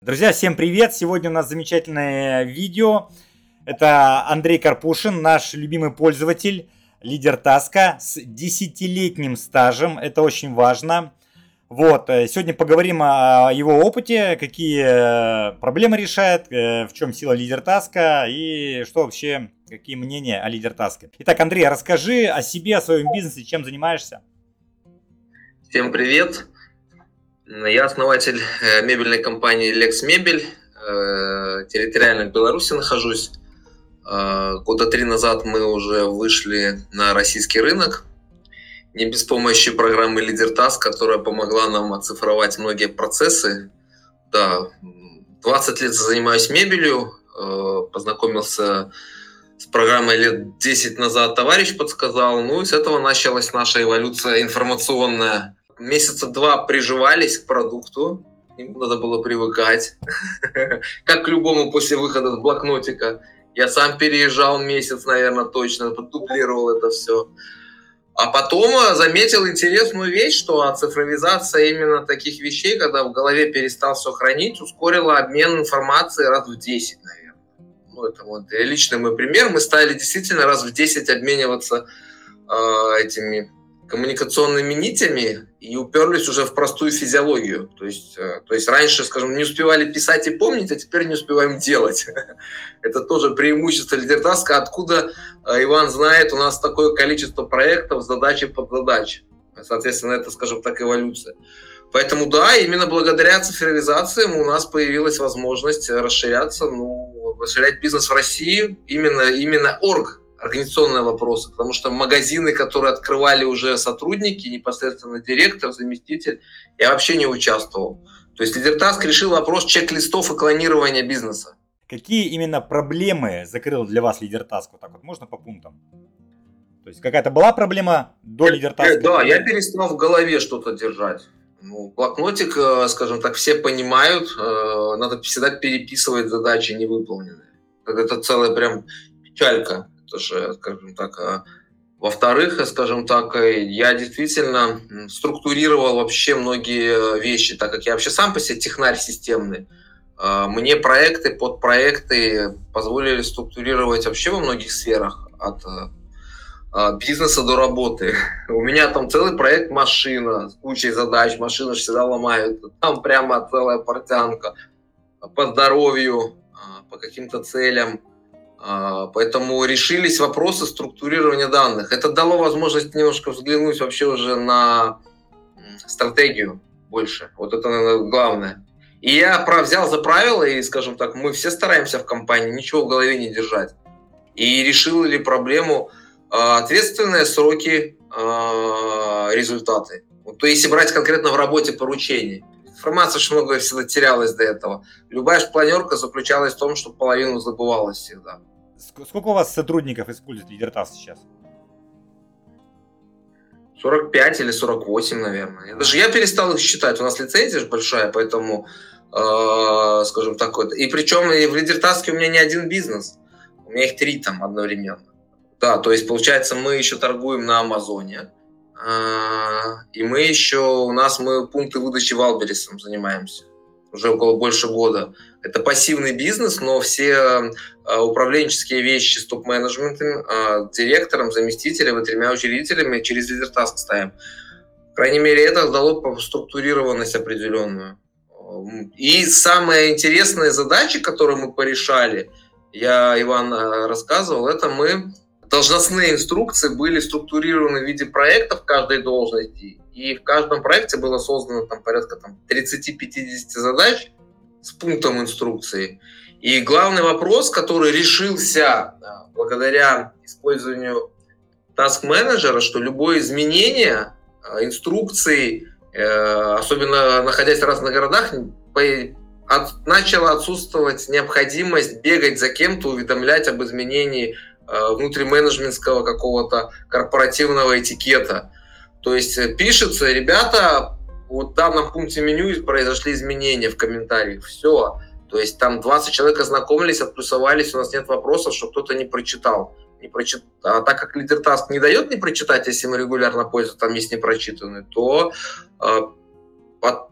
Друзья, всем привет! Сегодня у нас замечательное видео. Это Андрей Карпушин, наш любимый пользователь, лидер Таска с 10-летним стажем. Это очень важно. Сегодня поговорим о его опыте, какие проблемы решает, в чем сила лидер Таска и что вообще, какие мнения о лидер Таске. Итак, Андрей, расскажи о себе, о своем бизнесе, чем занимаешься. Всем привет! Я основатель мебельной компании Lex Мебель. Территориально в Беларуси нахожусь. Года 3 назад мы уже вышли на российский рынок. Не без помощи программы Leader Task, которая помогла нам оцифровать многие процессы. Да, 20 лет занимаюсь мебелью. Познакомился с программой лет 10 назад, товарищ подсказал. И с этого началась наша эволюция информационная. Месяца 2 приживались к продукту, им надо было привыкать, как к любому после выхода с блокнотика. Я сам переезжал месяц, наверное, точно, поддублировал это все. А потом заметил интересную вещь, что цифровизация именно таких вещей, когда в голове перестал все хранить, ускорила обмен информацией раз в 10, наверное. Это личный мой пример. Мы стали действительно раз в 10 обмениваться этими коммуникационными нитями и уперлись уже в простую физиологию. То есть раньше, скажем, не успевали писать и помнить, а теперь не успеваем делать. Это тоже преимущество Leader Task. Откуда Иван знает, у нас такое количество проектов, задач и подзадач. Соответственно, это, скажем так, эволюция. Поэтому да, именно благодаря цифровизации у нас появилась возможность расширяться, расширять бизнес в России, именно организационные вопросы, потому что магазины, которые открывали уже сотрудники, непосредственно директор, заместитель, я вообще не участвовал. То есть Leader Task решил вопрос чек-листов и клонирования бизнеса. Какие именно проблемы закрыл для вас Leader Task? Можно по пунктам? То есть какая-то была проблема до Leader Task? Да, я перестал в голове что-то держать. Блокнотик, скажем так, все понимают, надо всегда переписывать задачи невыполненные. Это целая прям печалька. Скажем так. Во-вторых, скажем так, я действительно структурировал вообще многие вещи, так как я вообще сам по себе технарь системный. Мне проекты, подпроекты позволили структурировать вообще во многих сферах, от бизнеса до работы. У меня там целый проект машина с кучей задач, машину всегда ломают. Там прямо целая портянка по здоровью, по каким-то целям. Поэтому решились вопросы структурирования данных. Это дало возможность немножко взглянуть вообще уже на стратегию больше. Это, наверное, главное. И я взял за правило, и, скажем так, мы все стараемся в компании ничего в голове не держать. И решили проблему ответственные сроки, результаты. То есть, если брать конкретно в работе поручений. Информация очень много всегда терялась до этого. Любая планерка заключалась в том, что половину забывалась всегда. Сколько у вас сотрудников использует Leader Task сейчас? 45 или 48, наверное. Я перестал их считать. У нас лицензия же большая, поэтому, скажем так, и причем и в Leader Task у меня не один бизнес. У меня их 3 там одновременно. Да, то есть, получается, мы еще торгуем на Амазоне. И мы пункты выдачи Валбересом занимаемся. Уже около больше года. Это пассивный бизнес, но все управленческие вещи с топ-менеджментом, директором, заместителем и 3 учредителями через Leader Task ставим. По крайней мере, это дало структурированность определенную. И самые интересные задачи, которые мы порешали, Иван рассказывал, это должностные инструкции были структурированы в виде проектов каждой должности. И в каждом проекте было создано порядка 30-50 задач с пунктом инструкции. И главный вопрос, который решился благодаря использованию Task Manager, что любое изменение инструкции, особенно находясь в разных городах, начала отсутствовать необходимость бегать за кем-то, уведомлять об изменении внутрименеджментского какого-то корпоративного этикета. То есть пишется, ребята, в данном пункте меню произошли изменения в комментариях. Все. То есть там 20 человек ознакомились, отплюсовались, у нас нет вопросов, что кто-то не прочитал. А так как Leader Task не дает не прочитать, если мы регулярно пользуемся, там есть непрочитанные, то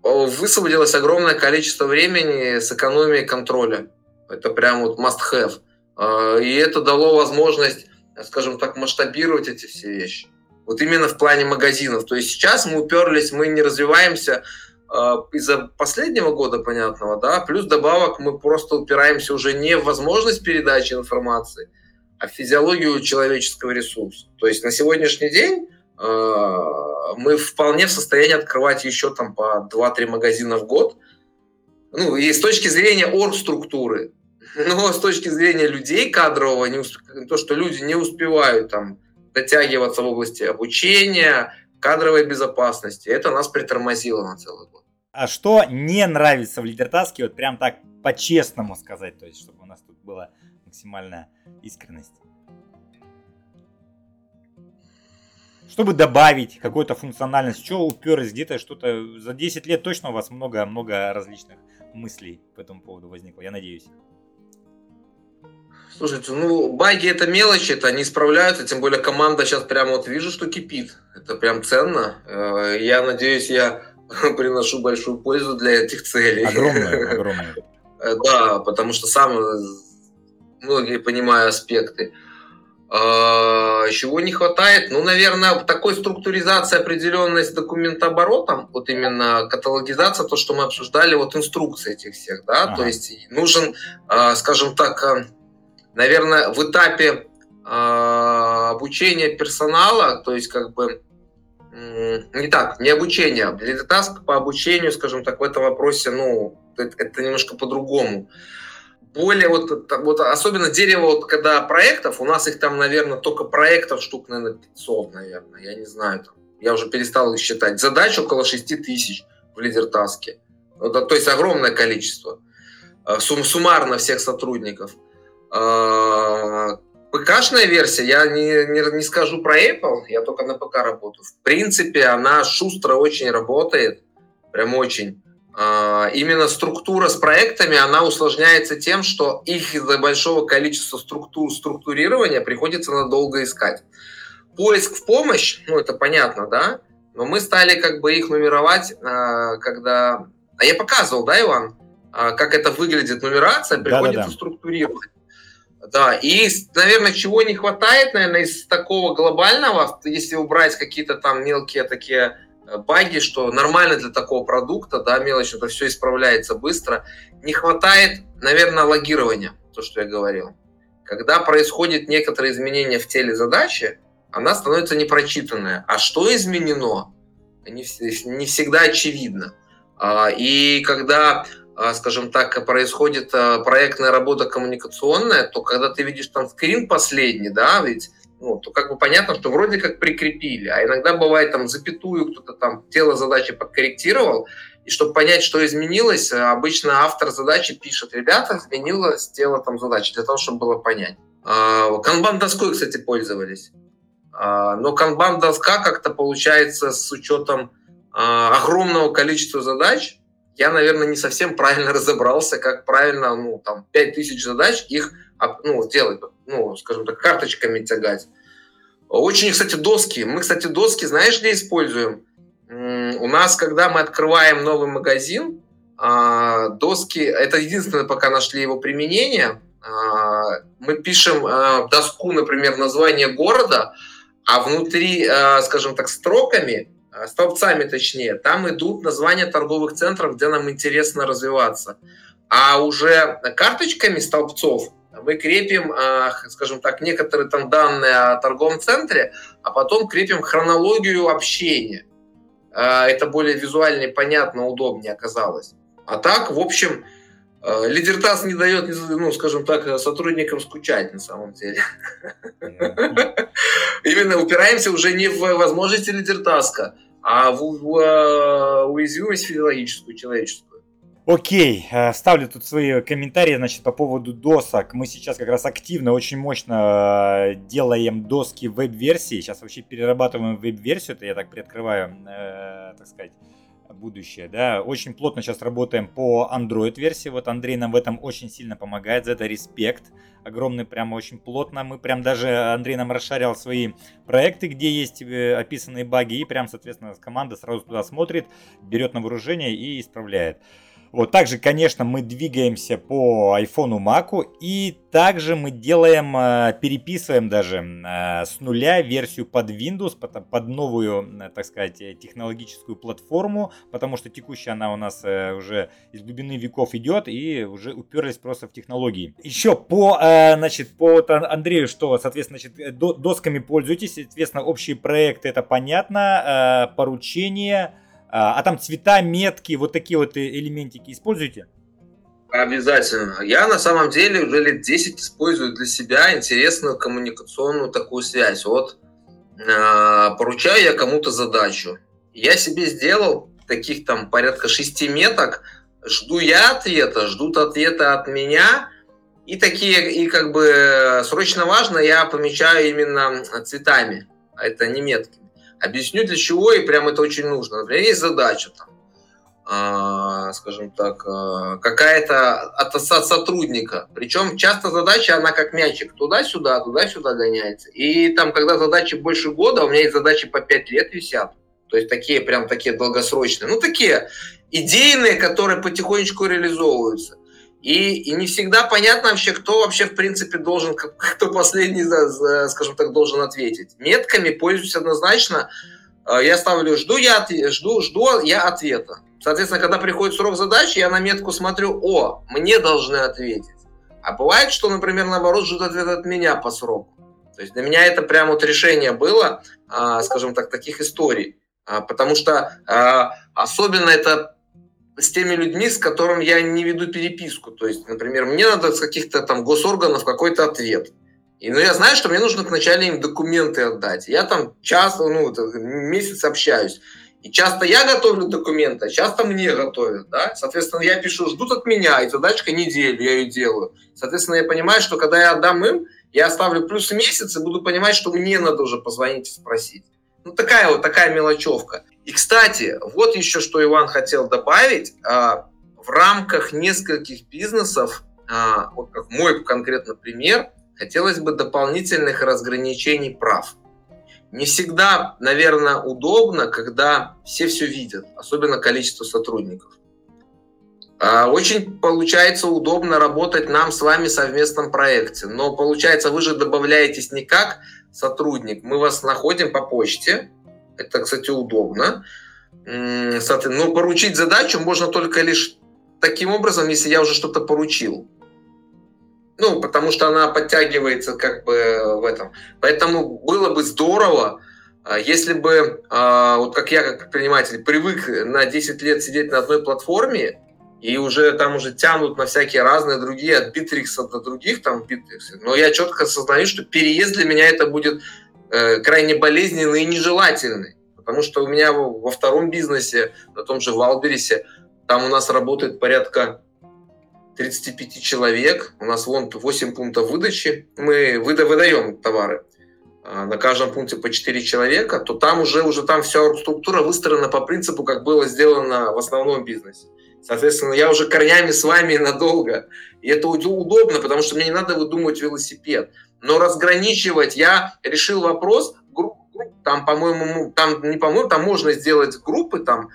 высвободилось огромное количество времени с экономией контроля. Это прям вот must have. И это дало возможность, скажем так, масштабировать эти все вещи. Вот именно в плане магазинов. То есть сейчас мы уперлись, мы не развиваемся из-за последнего года, понятного, да, плюс добавок мы просто упираемся уже не в возможность передачи информации, а в физиологию человеческого ресурса. То есть на сегодняшний день мы вполне в состоянии открывать еще там по 2-3 магазина в год. Ну, и с точки зрения оргструктуры, но с точки зрения людей кадрового, то, что люди не успевают там дотягиваться в области обучения, кадровой безопасности, это нас притормозило на целый год. А что не нравится в лидертаске, вот прям так по-честному сказать, то есть чтобы у нас тут была максимальная искренность? Чтобы добавить какую-то функциональность, что уперлись где-то, что-то за 10 лет точно у вас много различных мыслей по этому поводу возникло, я надеюсь. Слушайте, ну, баги это мелочи, это они справляются, тем более команда сейчас прямо вот вижу, что кипит. Это прям ценно. Я надеюсь, я приношу большую пользу для этих целей. Огромную. Да, потому что сам многие понимаю аспекты. Чего не хватает? Ну, наверное, такой структуризации определенной с документооборотом, вот именно каталогизация, то, что мы обсуждали, вот инструкции этих всех, да, то есть нужен, скажем так, наверное, в этапе обучения персонала, то есть как бы не обучение, лидертаск по обучению, скажем так, в этом вопросе, ну, это немножко по-другому. Более вот особенно дерево, вот когда проектов, у нас их там, наверное, только проектов штук, наверное, 500, наверное, я не знаю, там, я уже перестал их считать. Задач около 6000 в лидертаске, то есть огромное количество, суммарно всех сотрудников. ПК-шная версия, я не скажу про Apple, я только на ПК работаю. В принципе, она шустро очень работает, прям очень. Именно структура с проектами, она усложняется тем, что их из-за большого количества структурирования приходится надолго искать. Поиск в помощь, ну это понятно, да, но мы стали как бы их нумеровать, когда... А я показывал, да, Иван, как это выглядит нумерация, приходится структурировать. Да, и, наверное, чего не хватает, наверное, из такого глобального, если убрать какие-то там мелкие такие баги, что нормально для такого продукта, да, мелочь, это все исправляется быстро. Не хватает, наверное, логирования, то, что я говорил. Когда происходит некоторые изменения в теле задачи, она становится непрочитанная. А что изменено, не всегда очевидно. И когда, скажем так, происходит проектная работа коммуникационная, то когда ты видишь там скрин последний, да, ведь то как бы понятно, что вроде как прикрепили, а иногда бывает там запятую кто-то там тело задачи подкорректировал, и чтобы понять, что изменилось, обычно автор задачи пишет: ребята, изменилось тело там задачи, для того, чтобы было понять. Канбан-доской, кстати, пользовались. Но канбан-доска как-то получается с учетом огромного количества задач, я, наверное, не совсем правильно разобрался, как правильно, там 5000 задач, их делать, скажем так, карточками тягать. Очень, кстати, доски. Мы, кстати, доски, знаешь, где используем? У нас, когда мы открываем новый магазин, доски, это единственное, пока нашли его применение, мы пишем доску, например, название города, а внутри, скажем так, столбцами точнее, там идут названия торговых центров, где нам интересно развиваться. А уже карточками столбцов мы крепим, скажем так, некоторые там данные о торговом центре, а потом крепим хронологию общения. Это более визуально и понятно, удобнее оказалось. А так, в общем, лидертаск не дает, скажем так, сотрудникам скучать на самом деле. Именно упираемся уже не в возможности лидертаска, а в уязвимость физиологическую, человеческую. Окей, ставлю тут свои комментарии, значит, по поводу досок. Мы сейчас как раз активно, очень мощно делаем доски в веб-версии. Сейчас вообще перерабатываем веб-версию, это я так приоткрываю, так сказать, будущее, да. Очень плотно сейчас работаем по Android-версии. Вот Андрей нам в этом очень сильно помогает. За это респект огромный, прям очень плотно. Мы прям даже, Андрей нам расшарил свои проекты, где есть описанные баги. И прям, соответственно, команда сразу туда смотрит, берет на вооружение и исправляет. Вот, также, конечно, мы двигаемся по айфону, маку, и также мы делаем, переписываем даже с нуля версию под Windows, под новую, так сказать, технологическую платформу, потому что текущая она у нас уже из глубины веков идет и уже уперлись просто в технологии. Еще по Андрею, что, соответственно, досками пользуйтесь, соответственно, общие проекты, это понятно, поручения. А там цвета, метки, вот такие вот элементики используете? Обязательно. Я на самом деле уже лет 10 использую для себя интересную коммуникационную такую связь. Вот поручаю я кому-то задачу. Я себе сделал таких там порядка 6 меток. Жду я ответа, ждут ответа от меня. И как бы срочно важно я помечаю именно цветами. А это не метки. Объясню для чего, и прям это очень нужно. Например, есть задача там, скажем так, какая-то от сотрудника. Причем часто задача, она как мячик, туда-сюда гоняется. И там, когда задачи больше года, у меня есть задачи по 5 лет висят. То есть такие долгосрочные. Ну, такие идейные, которые потихонечку реализовываются. И не всегда понятно вообще, кто вообще в принципе должен, кто последний, скажем так, должен ответить. Метками пользуюсь однозначно. Я ставлю, жду я ответа. Соответственно, когда приходит срок задачи, я на метку смотрю, мне должны ответить. А бывает, что, например, наоборот, ждут ответ от меня по сроку. То есть для меня это прям вот решение было, скажем так, таких историй. Потому что особенно это с теми людьми, с которыми я не веду переписку. То есть, например, мне надо с каких-то там госорганов какой-то ответ. Но я знаю, что мне нужно вначале им документы отдать. Я там месяц общаюсь. И часто я готовлю документы, а часто мне готовят. Да? Соответственно, я пишу, ждут от меня, и задачка неделю, я ее делаю. Соответственно, я понимаю, что когда я отдам им, я оставлю плюс месяц и буду понимать, что мне надо уже позвонить и спросить. Ну, такая мелочевка. И, кстати, вот еще что Иван хотел добавить. В рамках нескольких бизнесов, вот как мой конкретно пример, хотелось бы дополнительных разграничений прав. Не всегда, наверное, удобно, когда все видят, особенно количество сотрудников. Очень получается удобно работать нам с вами в совместном проекте, но получается, вы же добавляетесь не как сотрудник, мы вас находим по почте. Это, кстати, удобно. Но поручить задачу можно только лишь таким образом, если я уже что-то поручил. Ну, потому что она подтягивается как бы в этом. Поэтому было бы здорово, если бы, вот как я, как предприниматель, привык на 10 лет сидеть на одной платформе, и уже тянут на всякие разные другие, от Bittrex до других там Bittrex. Но я четко осознаю, что переезд для меня это будет крайне болезненный и нежелательный. Потому что у меня во втором бизнесе, на том же Валбересе, там у нас работает порядка 35 человек. У нас 8 пунктов выдачи. Мы выдаем товары. На каждом пункте по 4 человека. То там уже там вся структура выстроена по принципу, как было сделано в основном бизнесе. Соответственно, я уже корнями с вами надолго. И это удобно, потому что мне не надо выдумывать велосипед. Но разграничивать я решил вопрос. Там, по-моему, там можно сделать группы,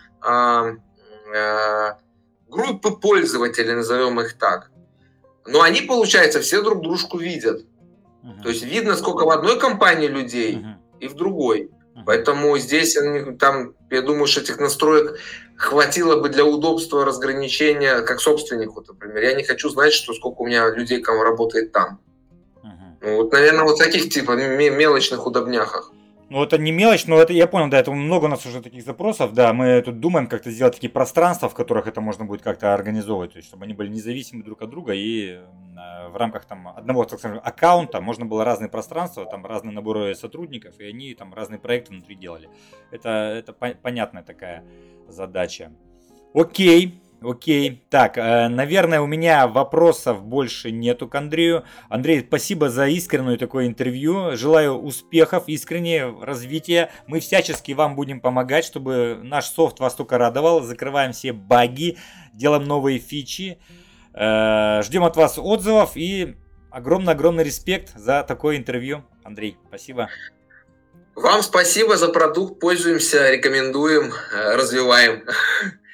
группы пользователей, назовем их так. Но они, получается, все друг дружку видят. То есть видно, сколько в одной компании людей и в другой. Поэтому здесь, я думаю, что этих настроек хватило бы для удобства разграничения, как собственнику, например. Я не хочу знать, сколько у меня людей, кому работает там. Ну, вот, наверное, вот таких мелочных удобняхах. Ну, это не мелочь, но это я понял, да, это много у нас уже таких запросов, да, мы тут думаем как-то сделать такие пространства, в которых это можно будет как-то организовывать, то есть, чтобы они были независимы друг от друга, и в рамках там одного, так скажем, аккаунта можно было разные пространства, там разные наборы сотрудников, и они там разные проекты внутри делали. Это понятная такая задача. Окей, Окей. Так, наверное, у меня вопросов больше нету к Андрею. Андрей, спасибо за искреннее такое интервью. Желаю успехов, искренне развития. Мы всячески вам будем помогать, чтобы наш софт вас только радовал. Закрываем все баги, делаем новые фичи. Ждем от вас отзывов и огромный-огромный респект за такое интервью. Андрей, спасибо. Вам спасибо за продукт, пользуемся, рекомендуем, развиваем.